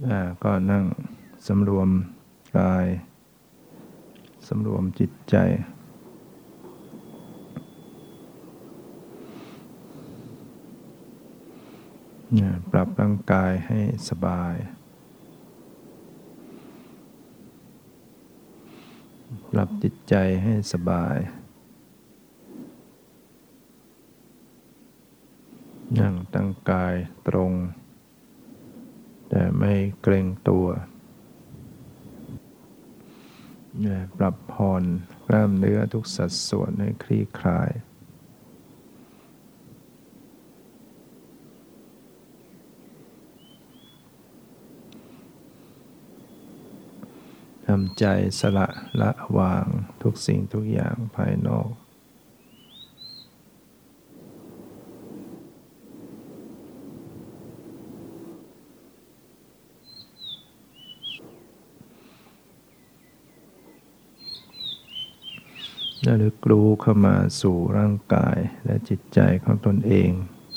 ก็นั่งสำรวมกายสำรวมจิตใจปรับร่างกายให้สบายปรับจิตใจให้สบายนั่งตั้งกายตรงแต่ไม่เกร็งตัวปรับผ่อนกล้ามเนื้อทุกสัดส่วนให้คลี่คลายทำใจสละละวางทุกสิ่งทุกอย่างภายนอกระลึกรู้เข้ามาสู่ร่างกายและจิตใจของตนเอง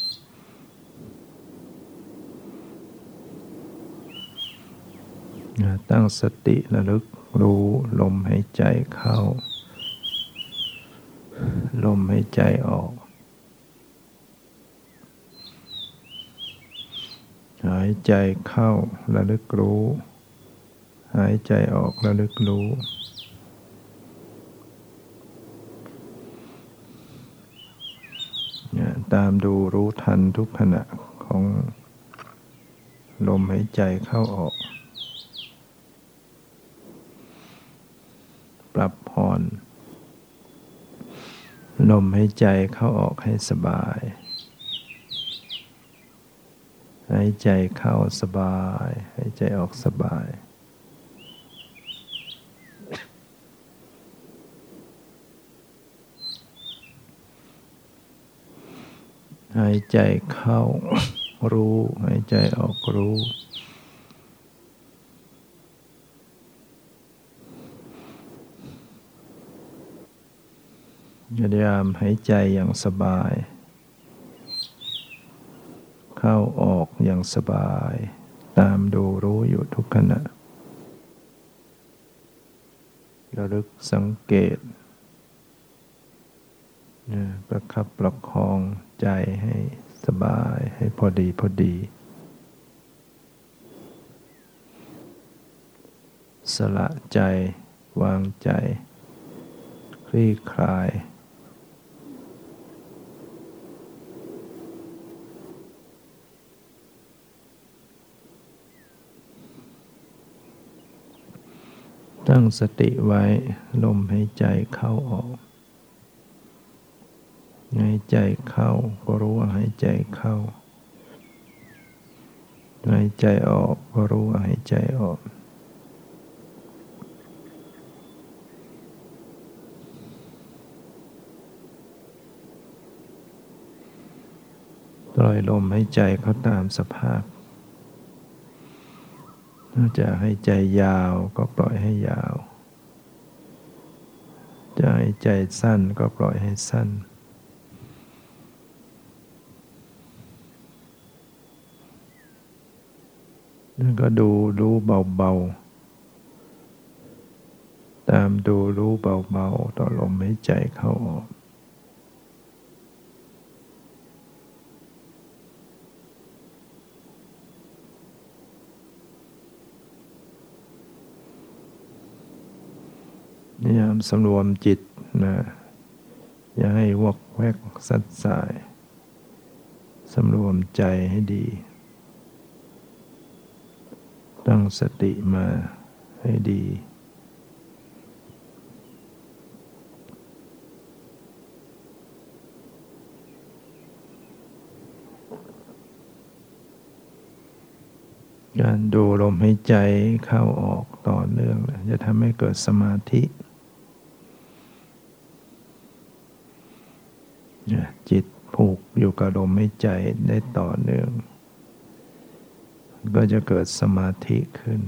ตั้งสติระลึกรู้ลมหายใจเข้าลมหายใจออกหายใจเข้าระลึกรู้หายใจออกระลึกรู้ตามดูรู้ทันทุกขณะของลมหายใจเข้าออกปรับผ่อนลมหายใจเข้าออกให้สบายหายใจเข้าสบายหายใจออกสบายหายใจเข้ารู้หายใจออกรู้พยายามหายใจอย่างสบายเข้าออกอย่างสบายตามดูรู้อยู่ทุกขณะระลึกสังเกตประคับประคองใจให้สบายให้พอดีพอดีสละใจวางใจคลี่คลายตั้งสติไว้ลมหายใจเข้าออกหายใจเข้าก็รู้ว่าหายใจเข้าหายใจออกก็รู้ว่าหายใจออกปล่อยลมหายใจเข้าตามสภาพถ้าจะให้ใจยาวก็ปล่อยให้ยาวจะให้ใจสั้นก็ปล่อยให้สั้นแล้วก็ดูรู้เบาๆตามดูรู้เบาๆต่อลมหายใจเข้าออกพยายามสำรวมจิตนะอย่าให้วอกแวกสัดสายสำรวมใจให้ดีตั้งสติมาให้ดีการดูลมหายใจเข้าออกต่อเนื่องจะทำให้เกิดสมาธิจิตผูกอยู่กับลมหายใจได้ต่อเนื่องก็จะเกิดสมาธิขึ้น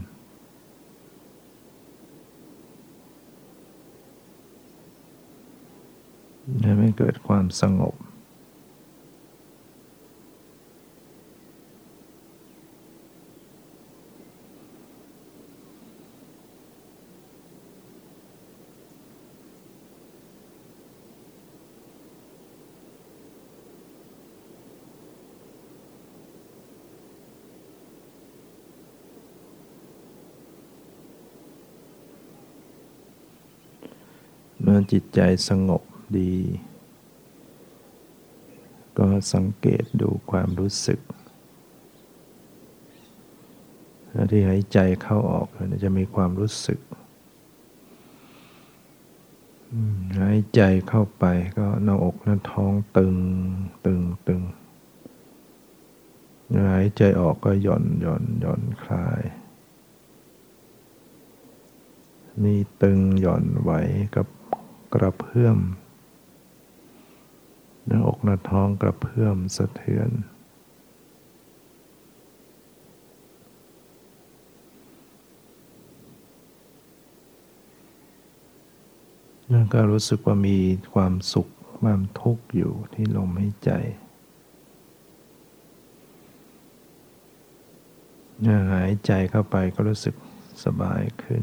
ทำให้เกิดความสงบเมื่อจิตใจสงบดี ก็สังเกตดูความรู้สึกที่หายใจเข้าออกจะมีความรู้สึกหายใจเข้าไปก็หน้าอกหน้าท้องตึงตึงตึงหายใจออกก็หย่อนหย่อนหย่อนคลายมีตึงหย่อนไหวกับกระเพื่อมหน้าอกหน้าท้องกระเพื่อมสะเทือนแล้วก็รู้สึกว่ามีความสุขความทุกข์อยู่ที่ลมหายใจหายใจเข้าไปก็รู้สึกสบายขึ้น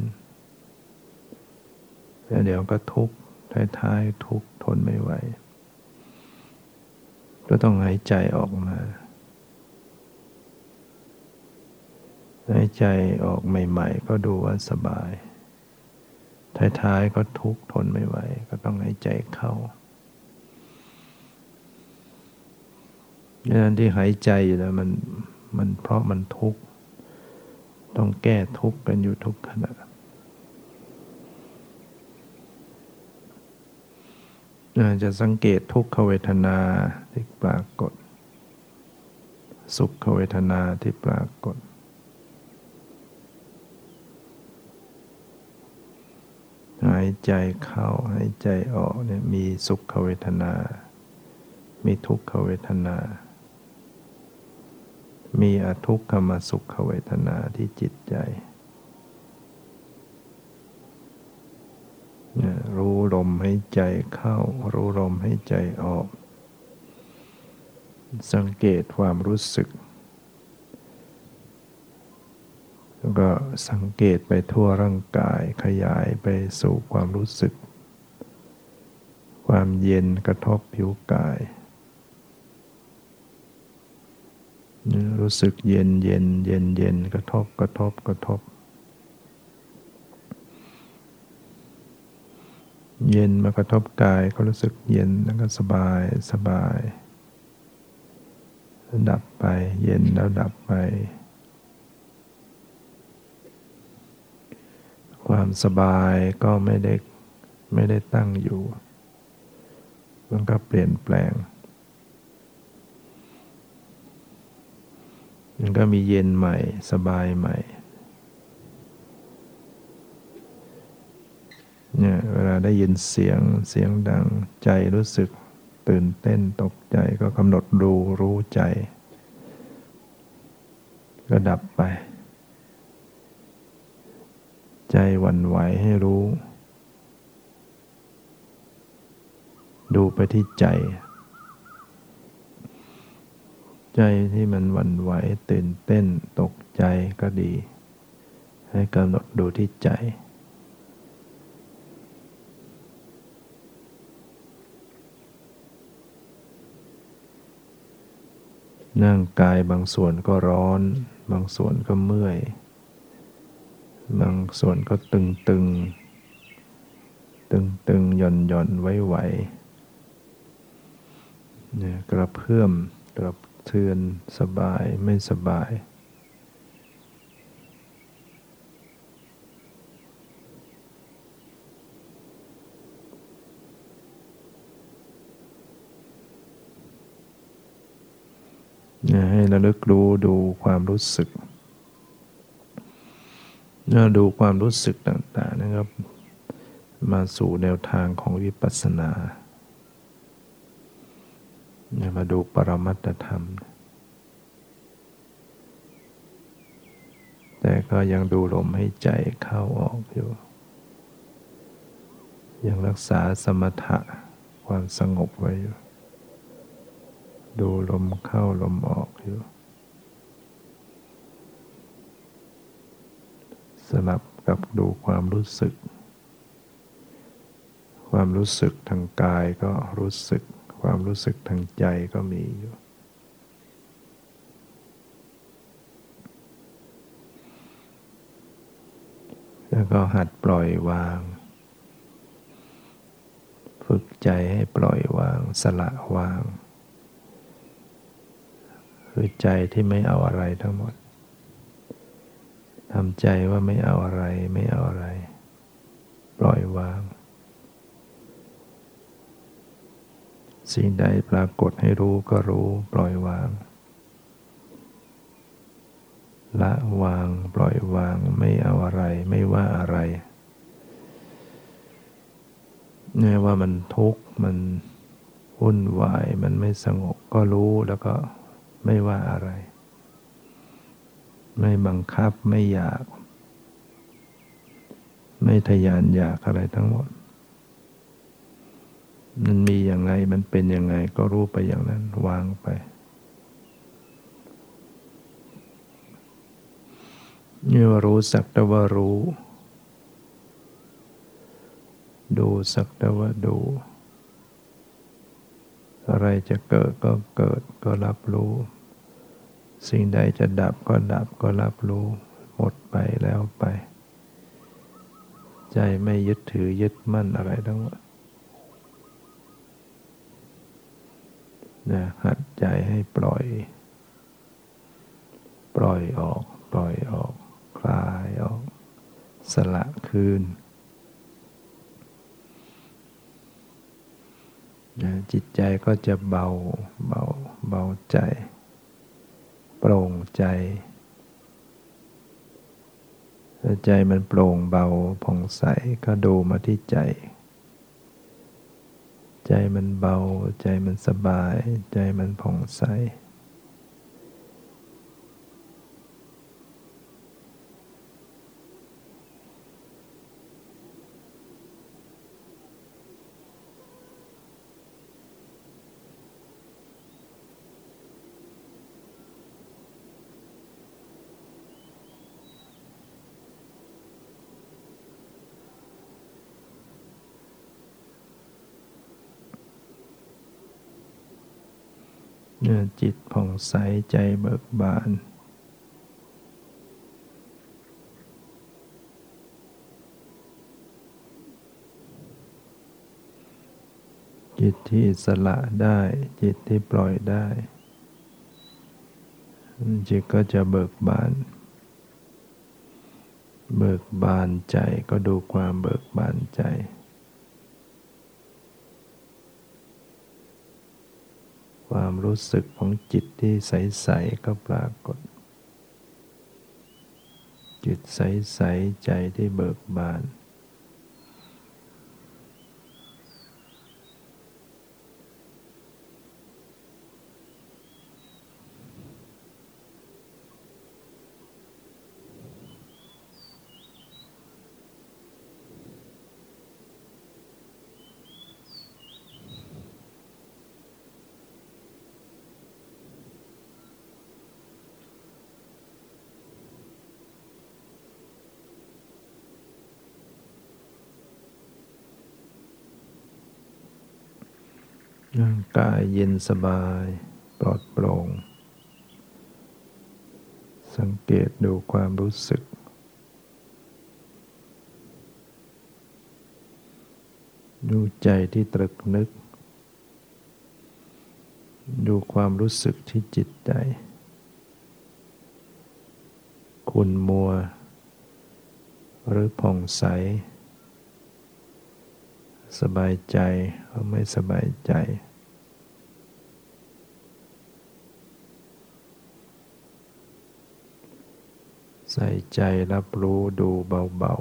แล้วเดี๋ยวก็ทุกข์ท้ายๆทุกข์ทนไม่ไหวก็ต้องหายใจออกมาหายใจออกใหม่ๆก็ดูว่าสบายท้ายๆก็ทุกข์ทนไม่ไหวก็ต้องหายใจเข้าดังนั้นที่หายใจอยู่แล้วมันเพราะมันทุกข์ต้องแก้ทุกข์กันอยู่ทุกขณะจะสังเกตทุกขเวทนาที่ปรากฏสุขเวทนาที่ปรากฏหายใจเข้าหายใจออกเนี่ยมีสุขเวทนามีทุกขเวทนามีอทุกขมสุขเวทนาที่จิตใจรู้ลมหายใจเข้ารู้ลมหายใจออกสังเกตความรู้สึกแล้วก็สังเกตไปทั่วร่างกายขยายไปสู่ความรู้สึกความเย็นกระทบผิวกายรู้สึกเย็นเย็นเย็นเย็นกระทบกระทบกระทบเย็นมากระทบกายก็รู้สึกเย็นแล้วก็สบายสบายดับไปเย็นแล้วดับไปความสบายก็ไม่ได้ตั้งอยู่มันก็เปลี่ยนแปลงมันก็มีเย็นใหม่สบายใหม่เนี่ยเวลาได้ยินเสียงดังใจรู้สึกตื่นเต้นตกใจก็กำหนดรู้ใจก็ดับไปใจหวั่นไหวให้รู้ดูไปที่ใจใจที่มันหวั่นไหวตื่นเต้นตกใจก็ดีให้กำหนดดูที่ใจร่างกายบางส่วนก็ร้อนบางส่วนก็เมื่อยบางส่วนก็ตึงหย่อนไหวเนี่ยกระเพื่อมกระเทือนสบายไม่สบายให้ระลึกรู้ดูความรู้สึกดูความรู้สึกต่างๆนะครับมาสู่แนวทางของวิปัสสนามาดูปรมัตถธรรมแต่ก็ยังดูลมให้ใจเข้าออกอยู่ยังรักษาสมถะความสงบไว้อยู่ดูลมเข้าลมออกอยู่สลับกับดูความรู้สึกทางกายก็รู้สึกความรู้สึกทางใจก็มีอยู่แล้วก็หัดปล่อยวางฝึกใจให้ปล่อยวางสละวางคือใจที่ไม่เอาอะไรทั้งหมดทำใจว่าไม่เอาอะไรไม่เอาอะไรปล่อยวางสิ่งใดปรากฏให้รู้ก็รู้ปล่อยวางละวางปล่อยวางไม่เอาอะไรไม่ว่าอะไรแม้ว่ามันทุกข์มันวุ่นวายมันไม่สงบก็รู้แล้วก็ไม่ว่าอะไรไม่บังคับไม่อยากไม่ทะยานอยากอะไรทั้งหมดมันมีอย่างไรมันเป็นยังไงก็รู้ไปอย่างนั้นวางไปนี่ว่ารู้สักแต่ว่ารู้ดูสักแต่ว่าดูอะไรจะเกิดก็เกิดก็รับรู้สิ่งใดจะดับก็ดับก็รับรู้หมดไปแล้วไปใจไม่ยึดถือยึดมั่นอะไรทั้งหมดนะหัดใจให้ปล่อยออกปล่อยออกคลายออกสละคืนนะจิตใจก็จะเบาใจโปร่งใจถ้าใจมันโปร่งเบาผ่องใสก็ดูมาที่ใจใจมันเบาใจมันสบายใจมันผ่องใสจิตผ่องใสใจเบิกบานจิตที่สละได้จิตที่ปล่อยได้จิตก็จะเบิกบานใจก็ดูความเบิกบานใจความรู้สึกของจิตที่ใสๆก็ปรากฏจิตใสๆใจที่เบิกบานร่างกายเย็นสบายปลอดโปร่งสังเกตดูความรู้สึกดูใจที่ตรึกนึกดูความรู้สึกที่จิตใจขุ่นมัวหรือผ่องใสสบายใจหรือไม่สบายใจใส่ใจรับรู้ดูเบา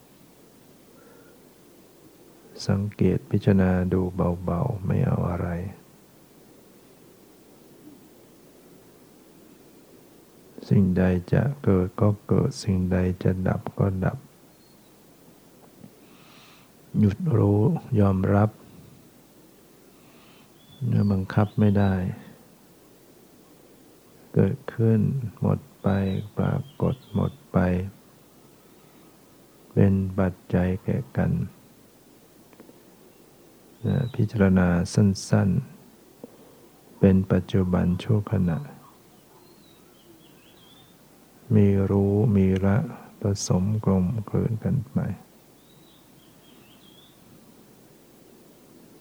ๆสังเกตพิจารณาดูเบาๆไม่เอาอะไรสิ่งใดจะเกิดก็เกิดสิ่งใดจะดับก็ดับหยุดรู้ยอมรับบังคับไม่ได้เกิดขึ้นหมดไปปรากฏหมดไปเป็นปัจจัยแก่กันพิจารณาสั้นๆเป็นปัจจุบันชั่วขณะมีรู้มีละผสมกลมกลืนกันไป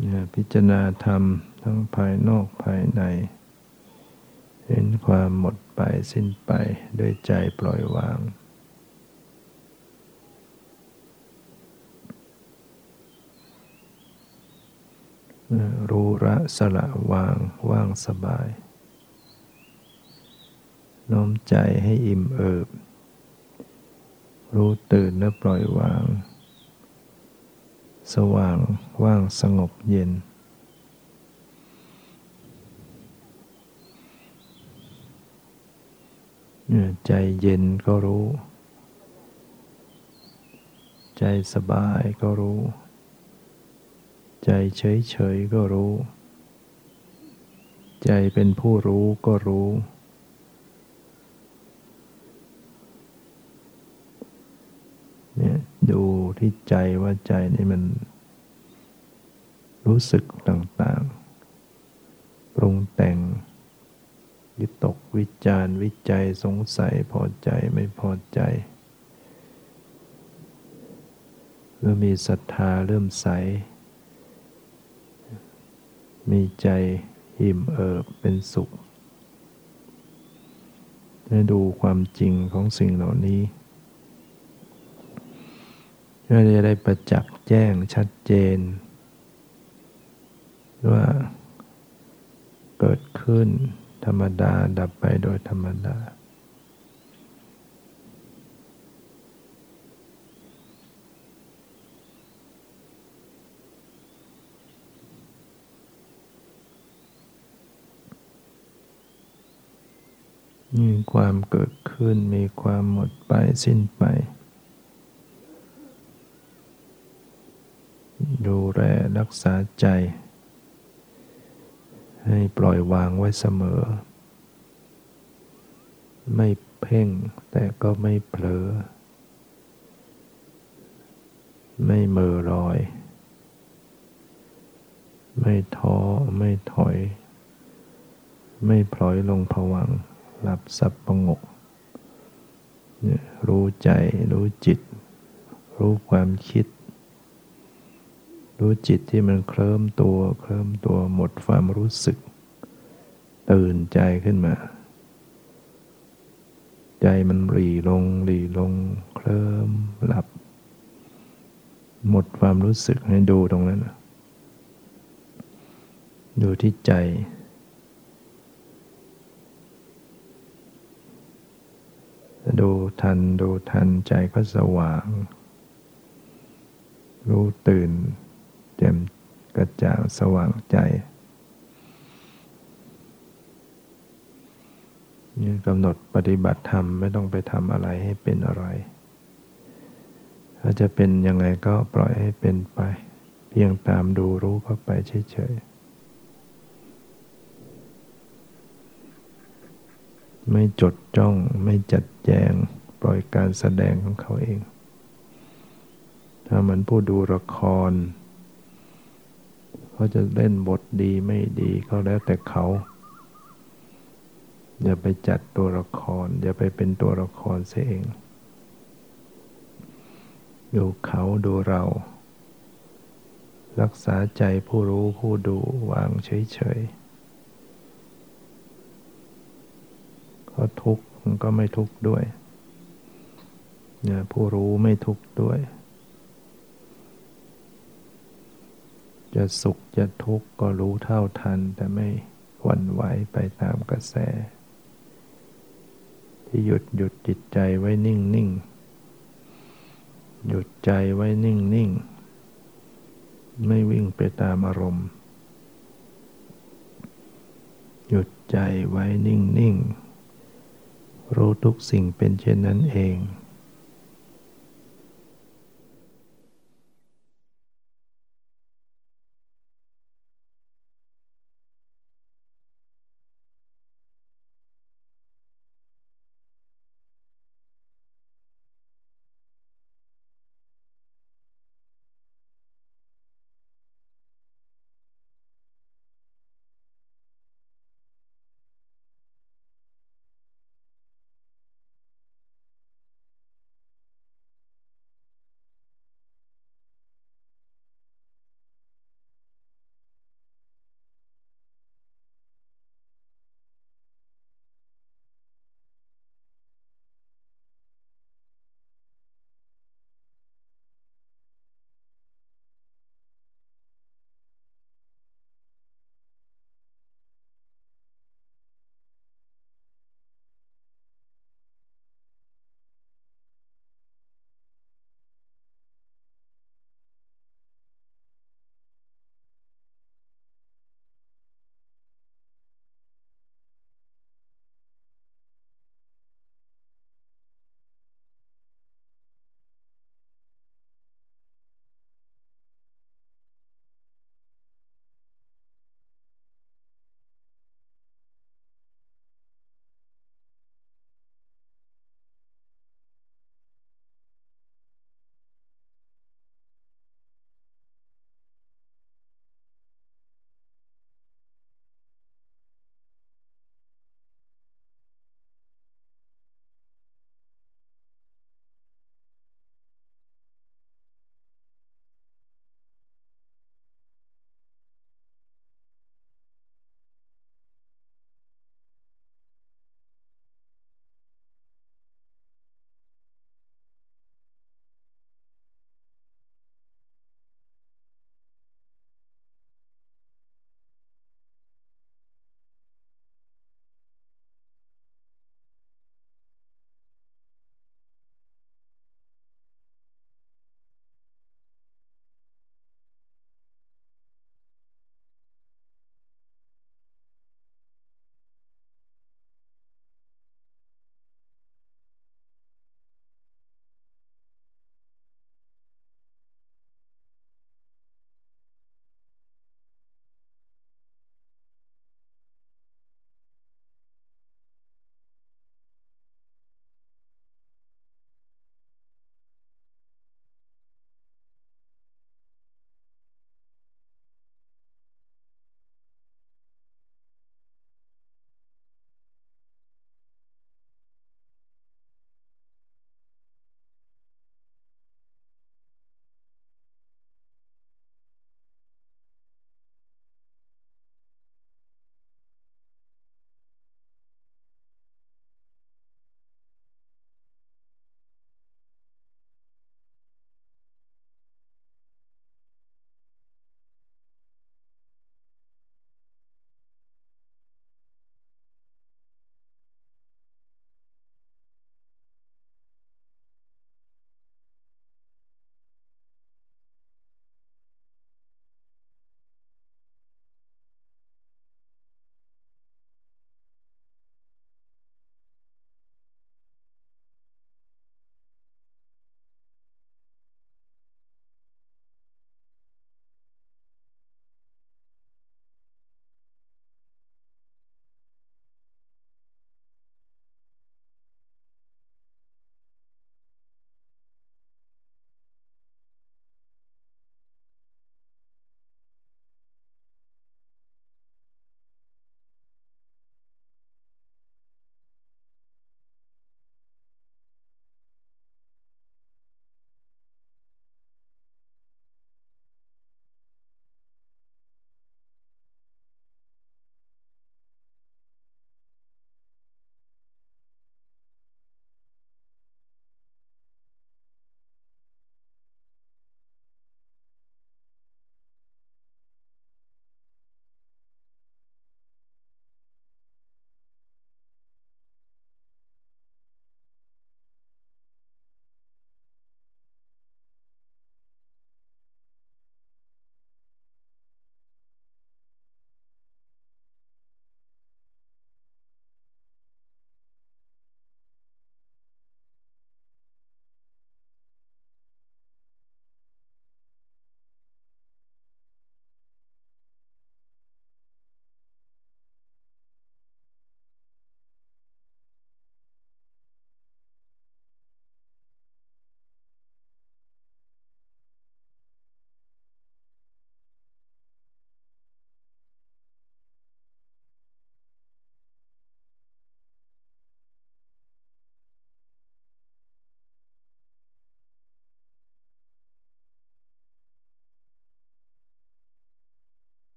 พิจารณาธรรมทั้งภายนอกภายในเห็นความหมดไปสิ้นไปด้วยใจปล่อยวางรู้ละสละวางว่างสบายน้อมใจให้อิ่มเอิบรู้ตื่นและปล่อยวางสว่างว่างสงบเย็นใจเย็นก็รู้ใจสบายก็รู้ใจเฉยๆก็รู้ใจเป็นผู้รู้ก็รู้เนี่ยดูที่ใจว่าใจนี่มันรู้สึกต่างๆปรุงแต่งวิตกวิจารวิจัยสงสัยพอใจไม่พอใจเมื่อมีศรัทธาเริ่มใสมีใจอิ่มเอิบเป็นสุขได้ดูความจริงของสิ่งเหล่านี้ก็จะได้ประจักษ์แจ้งชัดเจนว่าเกิดขึ้นธรรมดาดับไปโดยธรรมดามีความเกิดขึ้นมีความหมดไปสิ้นไปดูแลรักษาใจให้ปล่อยวางไว้เสมอไม่เพ่งแต่ก็ไม่เผลอไม่เหม่อลอยไม่ท้อไม่ถอยไม่พลอยลงภวังค์หลับสับประงกรู้ใจรู้จิตรู้ความคิดรู้จิตที่มันเคลิ้มตัวหมดความรู้สึกตื่นใจขึ้นมาใจมันหรี่ลงเคลิ้มหลับหมดความรู้สึกให้ดูตรงนั้นดูที่ใจดูทันใจก็สว่างรู้ตื่นแจ่มกระจ่างสว่างใจนี่กำหนดปฏิบัติธรรมไม่ต้องไปทำอะไรให้เป็นอะไรถ้าจะเป็นยังไงก็ปล่อยให้เป็นไปเพียงตามดูรู้เข้าไปเฉยๆไม่จดจ้องไม่จัดแจงปล่อยการแสดงของเขาเองถ้าเหมือนผู้ดูละครเขาจะเล่นบทดีไม่ดีก็แล้วแต่เขาอย่าไปจัดตัวละครอย่าไปเป็นตัวละครเสียเองดูเขาดูเรารักษาใจผู้รู้ผู้ดูวางเฉยๆเขาทุกข์มันก็ไม่ทุกข์ด้วยเนี่ยผู้รู้ไม่ทุกข์ด้วยจะสุขจะทุกข์ก็รู้เท่าทันแต่ไม่หวั่นไหวไปตามกระแสที่หยุดจิตใจไว้นิ่งหยุดใจไว้นิ่งไม่วิ่งไปตามอารมณ์หยุดใจไว้นิ่งรู้ทุกสิ่งเป็นเช่นนั้นเอง